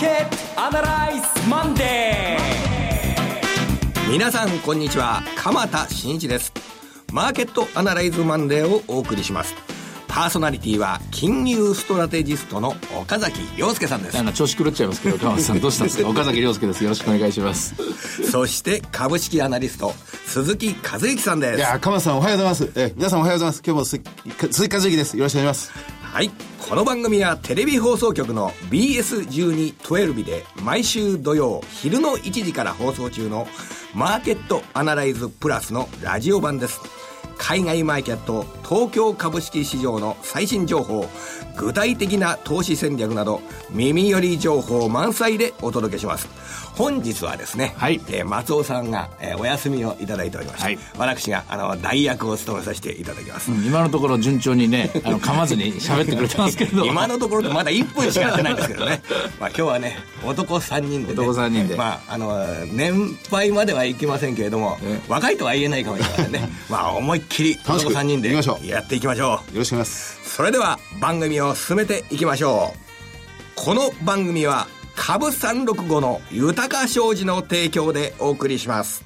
ケットアナライズマンデー。 皆さんこんにちは、鎌田新一です。マーケットアナライズマンデーをお送りします。パーソナリティは金融ストラテジストの岡崎亮介さんです。 調子狂っちゃいますけど、鎌田さんどうしたんですか。岡崎亮介です。よろしくお願いします。 そして株式アナリスト鈴木和之さんです。 いや、鎌田さんおはようございます。皆さんおはようございます。今日も鈴木和之です。よろしくお願いします。 はい、この番組はテレビ放送局の BS1212 で毎週土曜昼の1時から放送中のマーケットアナライズプラスのラジオ版です。海外マーケット、東京株式市場の最新情報、具体的な投資戦略など耳寄り情報満載でお届けします。本日はですね、 はい、 松尾さんが、お休みをいただいておりまして、はい、私が代役を務めさせていただきます。 今のところ順調にね噛まずに喋ってくれてますけど今のところでまだ1分しかやってないんですけどねまあ今日はね男3人でね、 男3人で、 まあ、年配まではいきませんけれども、若いとは言えないかもしれませんねまあ思いっきり男3人でやっていきましょう。 よろしくお願いします。 それでは番組を進めていきましょう。この番組は株365の豊か商事の提供でお送りします。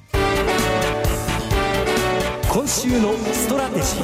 今週のストラテジー。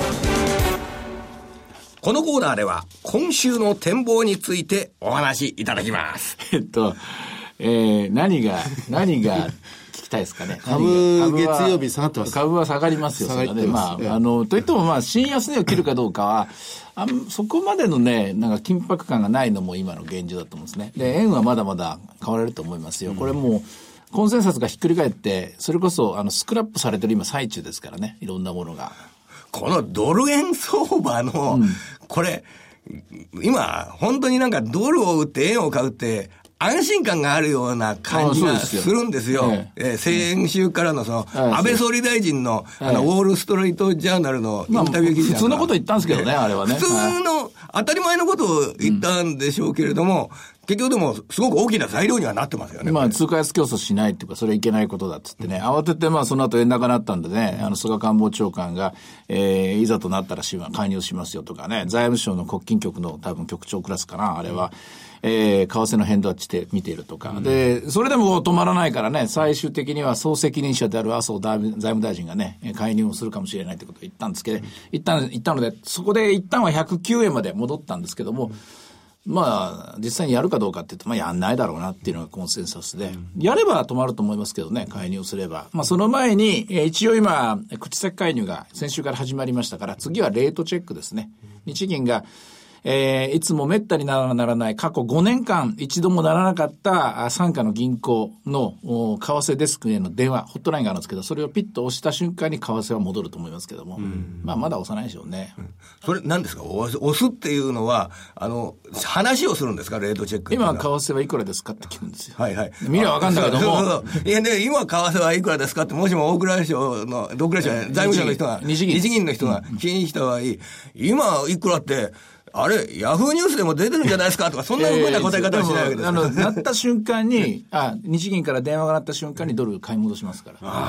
このコーナーでは今週の展望についてお話しいただきます。 何が聞きたいですかね。 株月曜日下がってます。 株は下がりますよ。下がってます。といっても新安値を切るかどうかはそこまでのねなんか緊迫感がないのも今の現状だと思うんですね。で円はまだまだ買われると思いますよ。これもうコンセンサスがひっくり返ってそれこそスクラップされてる今最中ですからね、いろんなものが。 このドル円相場の、これ今本当になんかドルを売って円を買うって安心感があるような感じがするんですよ。先週からの安倍総理大臣のウォールストリートジャーナルのインタビュー記事、 普通のこと言ったんですけどね、あれはね。 普通の当たり前のことを言ったんでしょうけれども、結局でもすごく大きな材料にはなってますよね。 通貨安競争しないっていうか、それはいけないことだっつってね、慌ててその後円高になったんでね、菅官房長官が、いざとなったら介入しますよとかね、財務省の国金局の多分局長クラスかな、あれは。為替の変動は見ているとか、でそれでも止まらないからね、最終的には総責任者である麻生財務大臣がね介入をするかもしれないということを言ったんですけど、言ったのでそこで一旦は109円まで戻ったんですけども、実際にやるかどうかって言うとやんないだろうなっていうのがコンセンサスで、やれば止まると思いますけどね、介入すれば。その前に一応今口先介入が先週から始まりましたから、次はレートチェックですね。日銀がいつもめったにならない過去5年間一度もならなかった傘下の銀行の為替デスクへの電話、ホットラインがあるんですけど、それをピッと押した瞬間に為替は戻ると思いますけども、まだ押さないでしょうね。 それ何ですか、押すっていうのは話をするんですか、レートチェック。 今為替はいくらですかって聞くんですよ。 はいはい。 見ればわかんないけども。 いやね、今為替はいくらですかって、もしも大蔵省の、財務省の人が、日銀の人が気にした場合、今いくらって、あれヤフーニュースでも出てるんじゃないですかとか、そんなふうな答え方はしないわけですよ。 なった瞬間に日銀から電話が鳴った瞬間にドル買い戻しますから。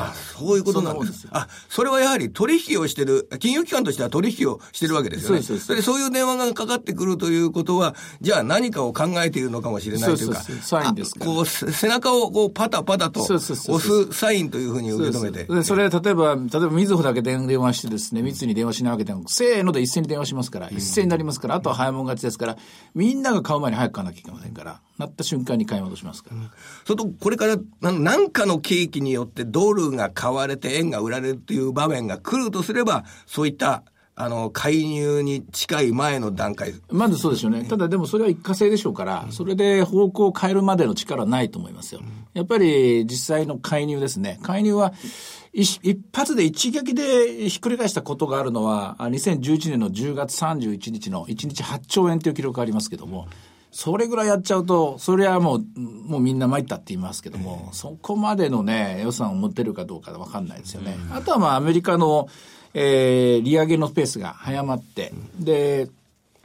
そういうことなんです。それはやはり取引をしてる金融機関としては取引をしてるわけですよね。そういう電話がかかってくるということは、じゃあ何かを考えているのかもしれないというか、 サインですから、 背中をパタパタと押すサインというふうに受け止めて、 それ例えばみずほだけ電話してですね、三井に電話しないわけでも、せーので一斉に電話しますから、一斉になりますから、あとは早もん勝ちですから、みんなが買う前に早く買わなきゃいけませんから、なった瞬間に買い戻しますから。 それとこれから何かの契機によってドルが買われて円が売られるという場面が来るとすれば、そういった介入に近い前の段階。 まずそうでしょうね。ただでもそれは一過性でしょうから、それで方向を変えるまでの力はないと思いますよ。やっぱり実際の介入ですね。介入は一発で一撃でひっくり返したことがあるのは、2011年の10月31日の1日8兆円という記録がありますけども、それぐらいやっちゃうと、それはもうみんな参ったって言いますけども、そこまでのね、予算を持ってるかどうかわかんないですよね。あとはアメリカの、利上げのペースが早まって、で、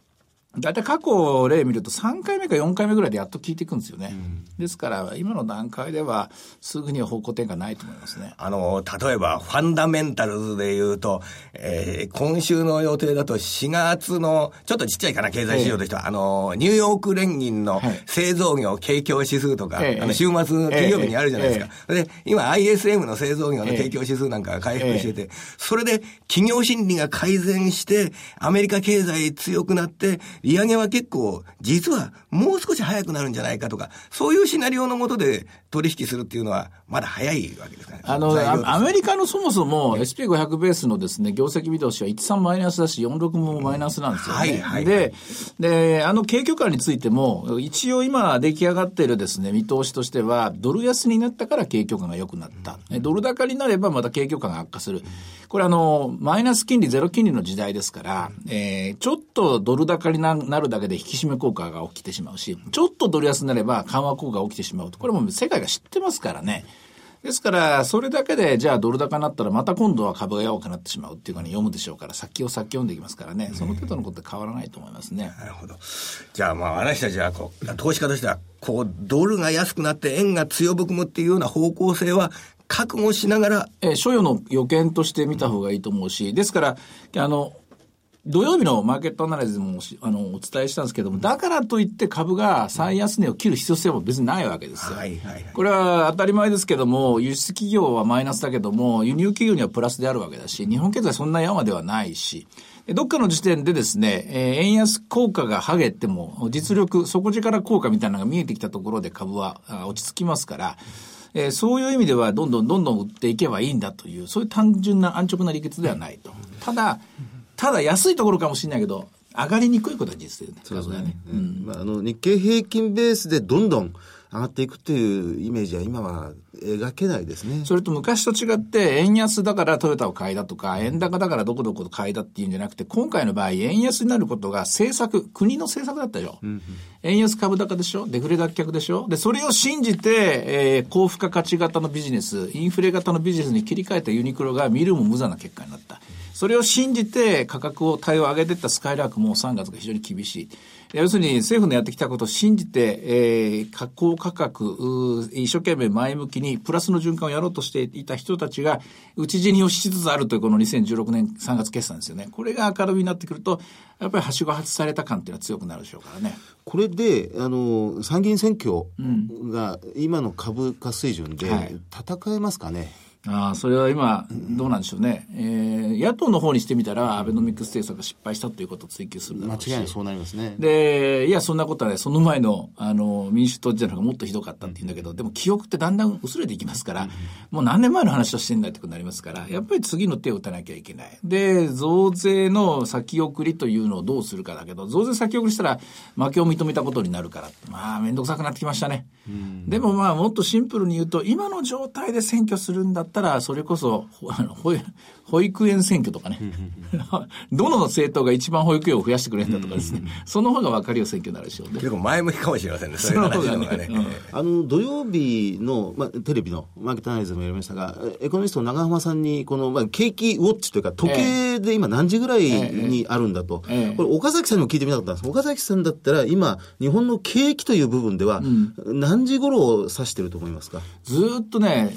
だいたい過去例見ると3回目か4回目ぐらいでやっと効いていくんですよね。ですから今の段階ではすぐには方向転換ないと思いますね。 例えばファンダメンタルズで言うと、今週の予定だと4月のちょっとちっちゃいかな経済指標としては、ニューヨーク連銀の製造業景況指数とか、週末金曜日にあるじゃないですか。で今 ISM の製造業の景況指数なんかが回復してて、それで企業心理が改善してアメリカ経済強くなって利上げは結構実はもう少し早くなるんじゃないかとか、そういうシナリオの下で取引するっていうのはまだ早いわけですかね。 アメリカのそもそも SP500 ベースのですね業績見通しは13マイナスだし46もマイナスなんですよね。で景況感についても一応今出来上がっているですね見通しとしては、ドル安になったから景況感が良くなった、ドル高になればまた景況感が悪化する。これマイナス金利ゼロ金利の時代ですから、ちょっとドル高になるだけで引き締め効果が起きてしまうし、ちょっとドル安になれば緩和効果が起きてしまうと、これも世界が知ってますからね。ですからそれだけでじゃあドル高になったらまた今度は株が弱くなってしまうっていうかに読むでしょうから、先を読んでいきますからね、その程度のことは変わらないと思いますね。 なるほど。じゃあ私たちは投資家としてはドルが安くなって円が強含むっていうような方向性は覚悟しながら、 所与の予見として見た方がいいと思うし、ですから土曜日のマーケットアナライズでもお伝えしたんですけども、だからといって株が最安値を切る必要性も別にないわけですよ。これは当たり前ですけども、輸出企業はマイナスだけども輸入企業にはプラスであるわけだし、日本経済そんな山ではないし、どっかの時点でですね、円安効果が剥げても実力底力効果みたいなのが見えてきたところで株は落ち着きますから、そういう意味ではどんどん売っていけばいいんだという、そういう単純な安直な理屈ではないと。ただ安いところかもしれないけど上がりにくいことは実際ね。 そうですね。日経平均ベースでどんどん上がっていくというイメージは今は描けないですね。 それと昔と違って円安だからトヨタを買いだとか円高だからどこどこ買いだっていうんじゃなくて、今回の場合円安になることが国の政策だったでしょ、円安株高でしょ、デフレ脱却でしょ。でそれを信じて、高付加価値型のビジネス、インフレ型のビジネスに切り替えたユニクロが見るも無残な結果になった。それを信じて価格帯を上げていったスカイラークも3月が非常に厳しい。要するに政府のやってきたことを信じて、高価格一生懸命前向きにプラスの循環をやろうとしていた人たちが内地に押しつつあるというこの2016年3月決算ですよね。これが明るみになってくるとやっぱりはしご外された感っていうのは強くなるでしょうからね。 これで参議院選挙が今の株価水準で戦えますかね。 それは今どうなんでしょうね。野党の方にしてみたらアベノミクス政策が失敗したということを追及するだろうし、 間違いないそうなりますね。 でいやそんなことはね、その前の民主党時代の方がもっとひどかったって言うんだけど、でも記憶ってだんだん薄れていきますから、もう何年前の話をしてんだってことになりますから、やっぱり次の手を打たなきゃいけない。で増税の先送りというのをどうするかだけど、増税先送りしたら負けを認めたことになるからめんどくさくなってきましたね。でももっとシンプルに言うと、今の状態で選挙するんだったらそれこそ保育園選挙とかねどの政党が一番保育園を増やしてくれるんだとかですね、その方が分かりやすい選挙になるでしょうね。 結構前向きかもしれませんね、そういう話の方がね。 土曜日の、テレビのマーケットアナライズもやりましたが、エコノミストの長浜さんにこの、景気ウォッチというか時計で今何時ぐらいにあるんだと、これ岡崎さんにも聞いてみたかったんです。岡崎さんだったら今日本の景気という部分では何時頃を指してると思いますか。 ずっとね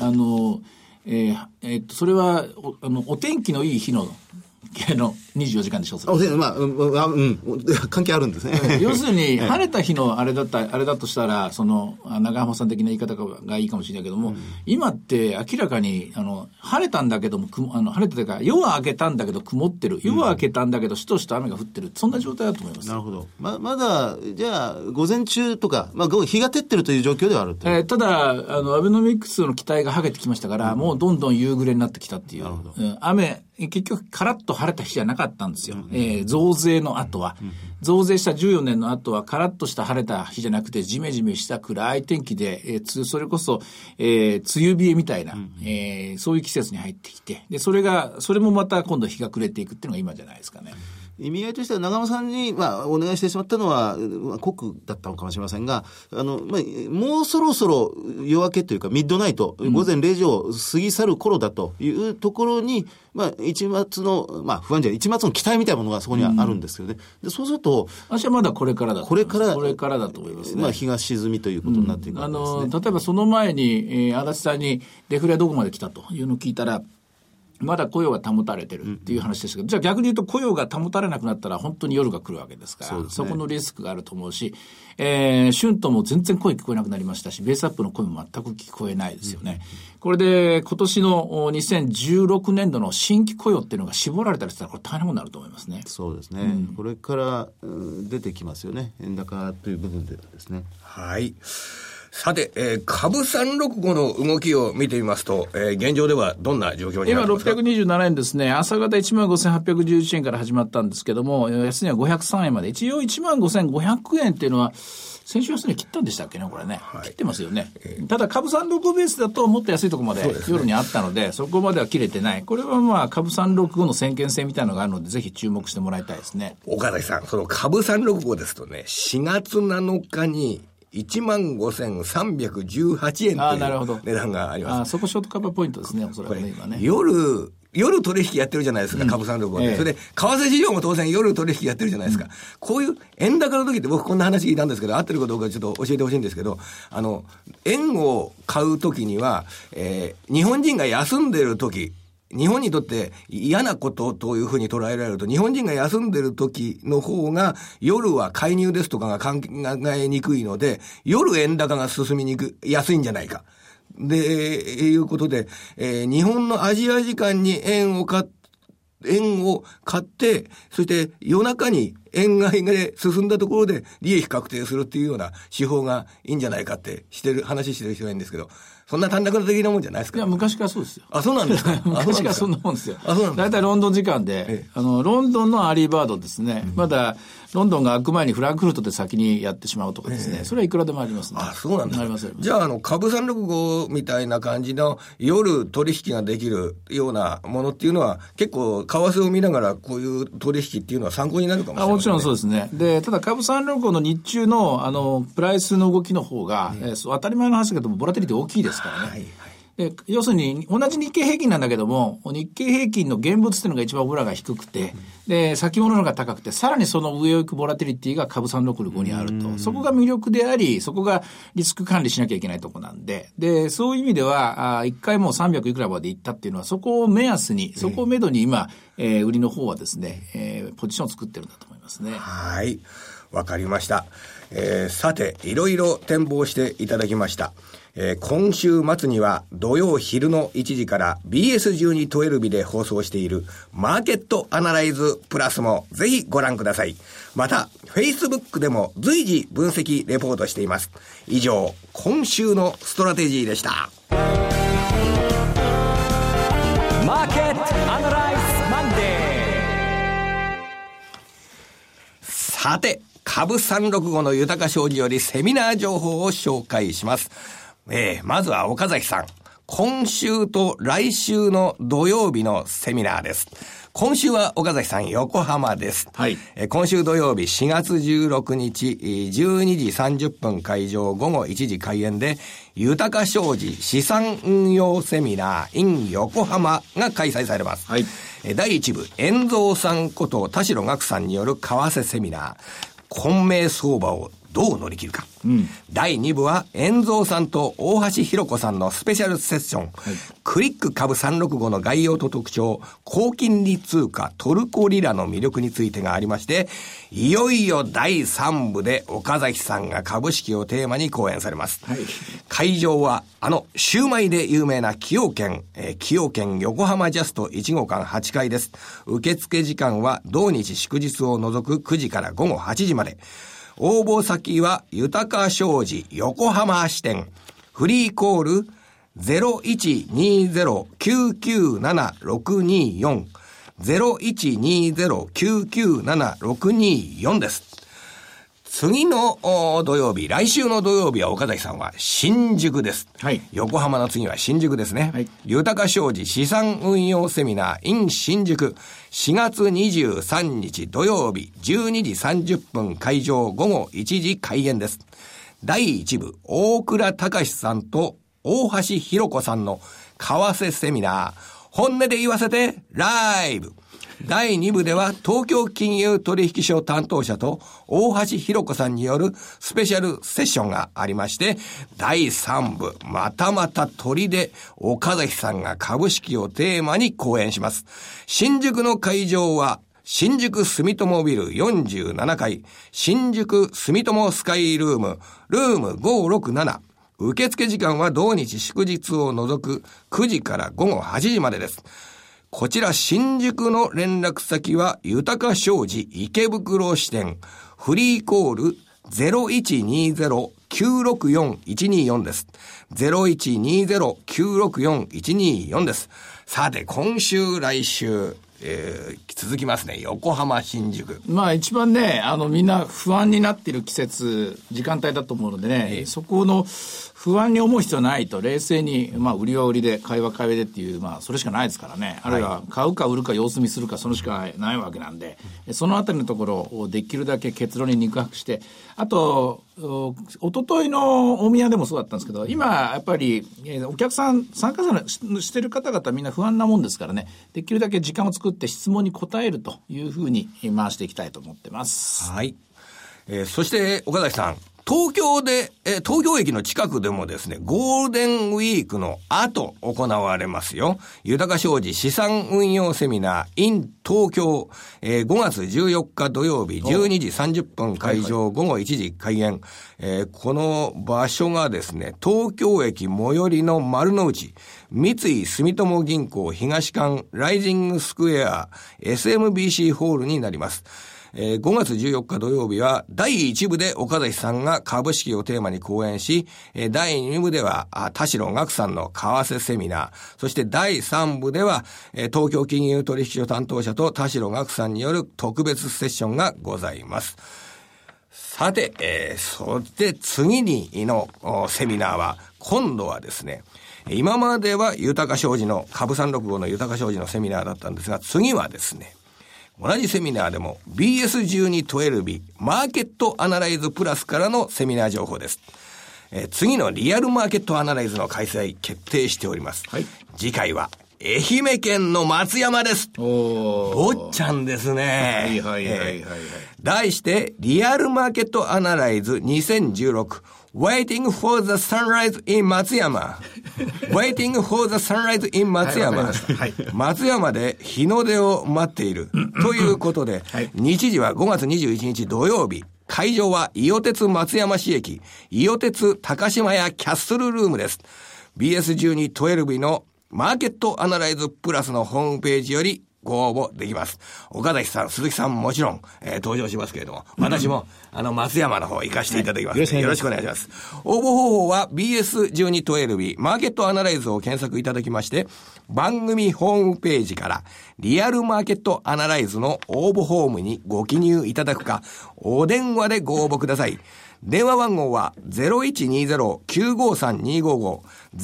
それはお天気のいい日の24時間でしょ。 関係あるんですね。 要するに晴れた日のあれだとしたら、長浜さん的な言い方がいいかもしれないけども、今って明らかに晴れたんだけども晴れたというか夜は明けたんだけど曇ってる、夜は明けたんだけどしとしと雨が降ってる、そんな状態だと思います。なるほど。 まだじゃあ午前中とか、日が照ってるという状況ではあると。 ただアベノミクスの期待が剥げてきましたから、もうどんどん夕暮れになってきたっていう。結局カラッと晴れた日じゃなかったんですよ。増税の後は、増税した14年の後はカラッとした晴れた日じゃなくてジメジメした暗い天気で、それこそ、梅雨冷えみたいな、そういう季節に入ってきて、でそれもまた今度日が暮れていくっていうのが今じゃないですかね。 意味合いとしては長濱さんに、お願いしてしまったのは、酷だったのかもしれませんが、もうそろそろ夜明けというかミッドナイト、午前0時を過ぎ去る頃だというところに、一末の、不安じゃない、一末の期待みたいなものがそこにはあるんですけどね。で、そうすると、 私はまだこれからだと思います。これからだと思いますね。 日が沈みということになっていくわけですね。 例えばその前に、足立さんにデフレはどこまで来たというのを聞いたら、まだ雇用が保たれてるっていう話ですけど、じゃあ逆に言うと雇用が保たれなくなったら本当に夜が来るわけですから、そこのリスクがあると思うし、春闘も全然声聞こえなくなりましたし、ベースアップの声も全く聞こえないですよね。これで今年の2016年度の新規雇用っていうのが絞られたりしたら、これ大変なことになると思いますね。 そうですね。これから出てきますよね。円高という部分でですね。 はい。さて、株365の動きを見てみますと、現状ではどんな状況になってますか？ 今627円ですね。朝方15,811円から始まったんですけども、安値は503円まで。一応15,500円っていうのは、先週安値切ったんでしたっけね、これね。切ってますよね。ただ株365ベースだともっと安いところまで夜にあったので、そこまでは切れてない。これは株365の先見性みたいなのがあるので、ぜひ注目してもらいたいですね。 岡崎さん、その株365ですとね、4月7日に、15,318円という値段があります。 そこショートカバーポイントですね、おそらくね、今ね。 夜取引やってるじゃないですか、株365で。それで、為替市場も当然夜取引やってるじゃないですか。こういう円高の時って僕こんな話聞いたんですけど、合ってるかどうかちょっと教えてほしいんですけど、円を買う時には、日本人が休んでる時、日本にとって嫌なことというふうに捉えられると、日本人が休んでる時の方が夜は介入ですとかが考えにくいので、夜円高が進みにくい、安いんじゃないか。で、いうことで、日本のアジア時間に円を買って、そして夜中に円買いで進んだところで利益確定するっていうような手法がいいんじゃないかって話してる人がいるんですけど、そんな短絡的なもんじゃないですか。 いや、昔からそうですよ。 あ、そうなんですか。 昔からそんなもんですよ。 だいたいロンドン時間で、ロンドンのアーリーバードですね。まだ、ロンドンが開く前にフランクフルトで先にやってしまうとかですね。それはいくらでもありますね。 あ、そうなんですか。 あります。 じゃあ、株365みたいな感じの夜取引ができるようなものっていうのは、結構、為替を見ながらこういう取引っていうのは参考になるかもしれない、ね。 もちろんそうですね。で、ただ株365の日中の、プライスの動きの方が、当たり前の話だけども、ボラテリティ大きいですからね。で、要するに同じ日経平均なんだけども、日経平均の現物っていうのが一番ボラが低くて、で、先物の方が高くて、さらにその上を行くボラテリティが株365にあると。そこが魅力であり、そこがリスク管理しなきゃいけないとこなんで、で、そういう意味では、一回もう300いくらまで行ったっていうのは、そこを目安に、そこをめどに今、売りの方はですね、ポジションを作ってるんだと思いますね。 はい。わかりました。さて、いろいろ展望していただきました。今週末には土曜昼の1時から BS1212 で放送しているマーケットアナライズプラスもぜひご覧ください。また Facebook でも随時分析レポートしています。以上、今週のストラテジーでした。 マーケットアナライズマンデー。 さて、株365の豊か商事よりセミナー情報を紹介します。まずは岡崎さん。今週と来週の土曜日のセミナーです。今週は岡崎さん横浜です。 はい。 今週土曜日4月16日12時30分会場午後1時開演で豊か商事資産運用セミナー in 横浜が開催されます。 はい。 第1部、遠蔵さんこと田代岳さんによる為替セミナー。混迷相場をどう乗り切るか。第2部は、遠蔵さんと大橋弘子さんのスペシャルセッション。クリック株365の概要と特徴、高金利通貨トルコリラの魅力についてがありまして、いよいよ第3部で岡崎さんが株式をテーマに講演されます。会場は、シューマイで有名な崎陽軒横浜ジャスト1号館8階です。受付時間は同日祝日を除く9時から午後8時まで。応募先は豊か商事横浜支店。フリーコール 0120-997-624 0120-997-624 です。 次の土曜日、来週の土曜日は岡崎さんは新宿です。 はい。 横浜の次は新宿ですね。 はい。 豊商事資産運用セミナー in 新宿。4月23日土曜日、12時30分会場、午後1時開演です。第1部、大倉隆さんと大橋弘子さんの為替セミナー、本音で言わせてライブ。第2部では東京金融取引所担当者と大橋弘子さんによるスペシャルセッションがありまして、第3部、またまた鳥で岡崎さんが株式をテーマに講演します。新宿の会場は新宿住友ビル47階、新宿住友スカイルーム、ルーム567。受付時間は同日祝日を除く9時から午後8時までです。こちら新宿の連絡先は豊商事池袋支店フリーコール 0120-964-124 です。0120-964-124 です。さて今週来週続きますね。横浜新宿。 まあ一番ね、みんな不安になっている季節時間帯だと思うのでね、そこの不安に思う必要はないと、冷静にまあ売りは売りで買いは買いでっていう、まあそれしかないですからね。あるいは買うか売るか様子見するか、そのしかないわけなんで、そのあたりのところをできるだけ結論に肉薄して、あと一昨日の大宮でもそうだったんですけど、今やっぱりお客さん参加してる方々みんな不安なもんですからね、できるだけ時間を作って質問に答えるというふうに回していきたいと思ってます。 はい。そして岡崎さん、東京駅の近くでもですね、ゴールデンウィークの後行われますよ。豊商事資産運用セミナー in 東京、5月14日土曜日12時30分会場、午後1時開演。この場所がですね、東京駅最寄りの丸の内、三井住友銀行東館ライジングスクエア SMBC ホールになります。5月14日土曜日は第1部で岡崎さんが株式をテーマに講演し、第2部では田代岳さんの為替セミナー、そして第3部では東京金融取引所担当者と田代岳さんによる特別セッションがございます。さて、そして次のセミナーは今度はですね、今までは豊商事の株365の豊商事のセミナーだったんですが、次はですね、同じセミナーでも BS1212 マーケットアナライズプラスからのセミナー情報です。次のリアルマーケットアナライズの開催決定しております。はい、次回は愛媛県の松山です。坊ちゃんですね。題してリアルマーケットアナライズ2016 Waiting for the sunrise in 松山Waiting for the sunrise in 松山、松山で日の出を待っているということで、日時は5月21日土曜日、会場は伊予鉄松山市駅、伊予鉄高島屋キャッスルルームです。 BS1212 のマーケットアナライズプラスのホームページよりご応募できます。岡崎さん、鈴木さんもちろん、登場しますけれども、私も松山の方行かせていただきますので、よろしくお願いします。応募方法は BS1212 マーケットアナライズを検索いただきまして、番組ホームページからリアルマーケットアナライズの応募フォームにご記入いただくか、お電話でご応募ください。電話番号は 0120-953-255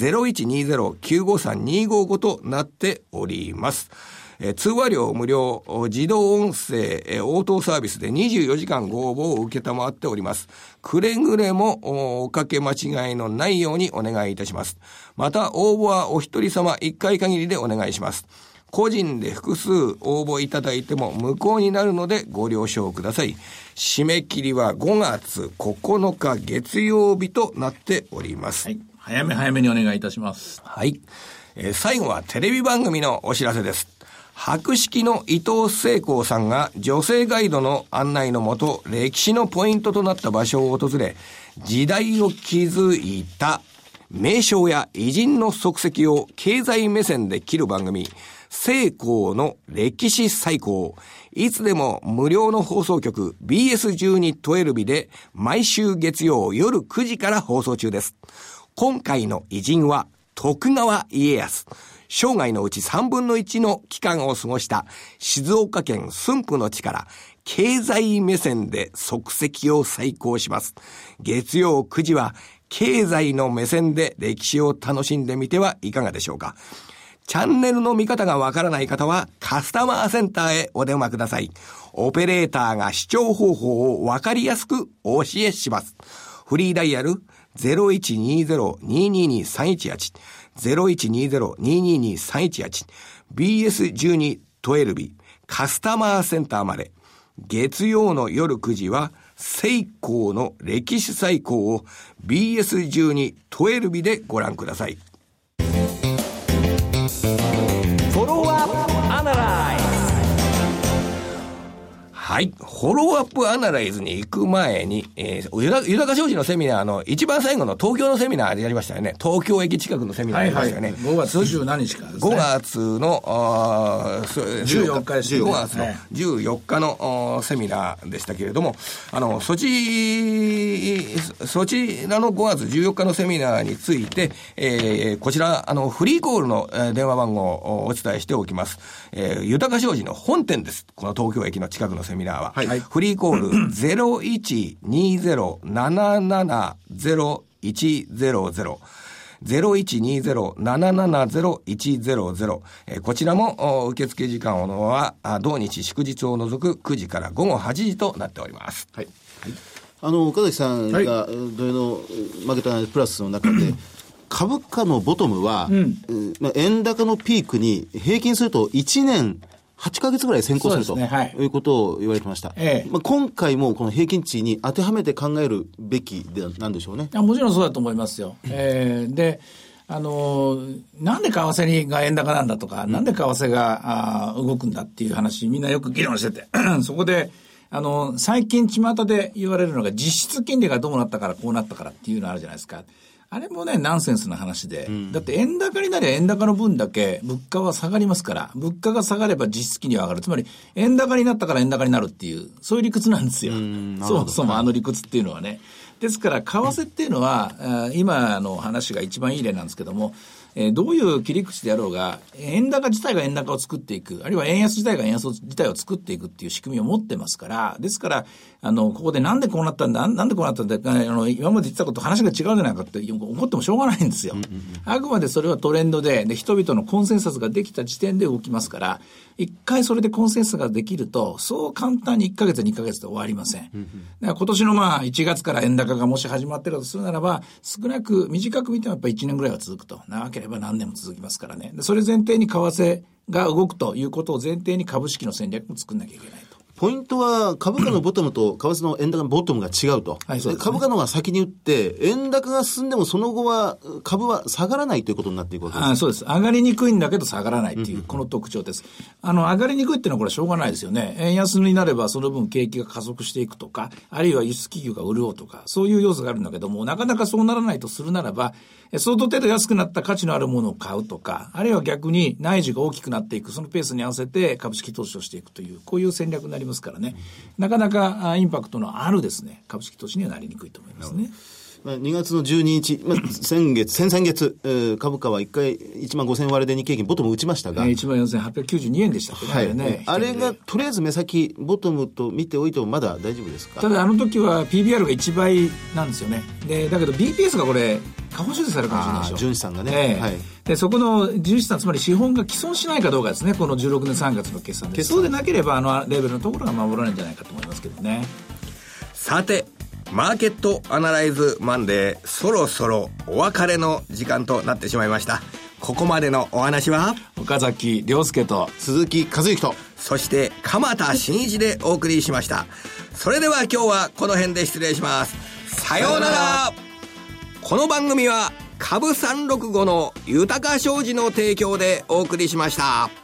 0120-953-255 となっております。通話料無料、自動音声、応答サービスで24時間ご応募を受けたまっております。くれぐれもおかけ間違いのないようにお願いいたします。また応募はお一人様1回限りでお願いします。個人で複数応募いただいても無効になるのでご了承ください。締め切りは5月9日月曜日となっております。 はい、早めにお願いいたします。 はい。最後はテレビ番組のお知らせです。博識の伊藤聖光さんが女性ガイドの案内のもと、歴史のポイントとなった場所を訪れ、時代を築いた名将や偉人の足跡を経済目線で切る番組、聖光の歴史最高。いつでも無料の放送局 BS1212 で毎週月曜夜9時から放送中です。今回の偉人は徳川家康。 生涯のうち3分の1の期間を過ごした静岡県駿府の地から経済目線で足跡を再考します。月曜9時は経済の目線で歴史を楽しんでみてはいかがでしょうか。チャンネルの見方がわからない方はカスタマーセンターへお電話ください。オペレーターが視聴方法をわかりやすくお教えします。フリーダイヤル 0120-222-318 0120-222-318 BS12-12 カスタマーセンターまで。月曜の夜9時はセイコーの歴史再考を BS12-12 でご覧ください。 フォローアップアナライズ。 はい。フォローアップアナライズに行く前に、豊か商事のセミナーの一番最後の東京のセミナーでやりましたよね。東京駅近くのセミナーやりましたよね。 5月10何日かですね。 5月の 14日ですね。 5月の14日のセミナーでしたけれども、そちらの5月14日のセミナーについて、こちら、フリーコールの電話番号をお伝えしておきます。豊か商事の本店です。この東京駅の近くのセミナーは。はい、フリーコール 0120-770100 0120-770100、こちらも受付時間は同日祝日を除く9時から午後8時となっております。はい。 はい、岡崎さんが土曜のマーケットアナライズプラスの中で株価のボトムは、円高のピークに平均すると1年8ヶ月ぐらい先行すると、いうことを言われてました。今回もこの平均値に当てはめて考えるべきでなんでしょうね。 もちろんそうだと思いますよ。で、なんで為替が円高なんだとか、なんで為替が動くんだっていう話、みんなよく議論してて、そこで、最近巷で言われるのが実質金利がどうなったからこうなったからっていうのあるじゃないですか。あれもね、ナンセンスな話で、だって円高になりゃ円高の分だけ物価は下がりますから、物価が下がれば実質金利は上がる。つまり、円高になったから円高になるっていう、そういう理屈なんですよ。そもそも理屈っていうのはね。ですから、為替っていうのは、今の話が一番いい例なんですけども、どういう切り口であろうが、円高自体が円高を作っていく、あるいは円安自体が円安自体を作っていくっていう仕組みを持ってますから、ですから、ここでなんでこうなったんだ、なんでこうなったんだ、今まで言ってたこと話が違うじゃないかって思ってもしょうがないんですよ。あくまでそれはトレンドで、人々のコンセンサスができた時点で動きますから、一回それでコンセンサスができると、そう簡単に1ヶ月2ヶ月で終わりません。だから今年の1月から円高がもし始まっているとするならば、少なく短く見てもやっぱり1年ぐらいは続くと。長ければ何年も続きますからね。でそれ前提に為替が動くということを前提に株式の戦略も作んなきゃいけないと。 ポイントは株価のボトムと為替の円高のボトムが違うと。はい、そうですね。株価の方が先に打って、円高が進んでもその後は株は下がらないということになっていくわけです。 そうです。上がりにくいんだけど下がらないっていう、この特徴です。上がりにくいっていうのはこれはしょうがないですよね。円安になればその分景気が加速していくとか、あるいは輸出企業が潤うとか、そういう要素があるんだけども、なかなかそうならないとするならば、相当程度安くなった価値のあるものを買うとか、あるいは逆に内需が大きくなっていく、そのペースに合わせて株式投資をしていくという、こういう戦略になりますからね。なかなかインパクトのあるですね、株式投資にはなりにくいと思いますね。 2月の12日、先月、株価は1回15,000割れで日経平均ボトム打ちましたが、 14,892円でしたっけね。 はいね、あれがとりあえず目先ボトムと見ておいてもまだ大丈夫ですか。 ただ時は PBR が1倍なんですよね。だけど BPS がこれ下方修正されるかもしれないでしょ。 純資産がね、はい、 でそこの純資産、つまり資本が既存しないかどうかですね。この16年3月の決算で、そうでなければレベルのところが守らないんじゃないかと思いますけどね。 さて、マーケットアナライズマンデー、そろそろお別れの時間となってしまいました。ここまでのお話は岡崎亮介と鈴木和之と、 そして鎌田新一でお送りしました。それでは今日はこの辺で失礼します。さようなら。この番組は株365の豊か商事の提供でお送りしました。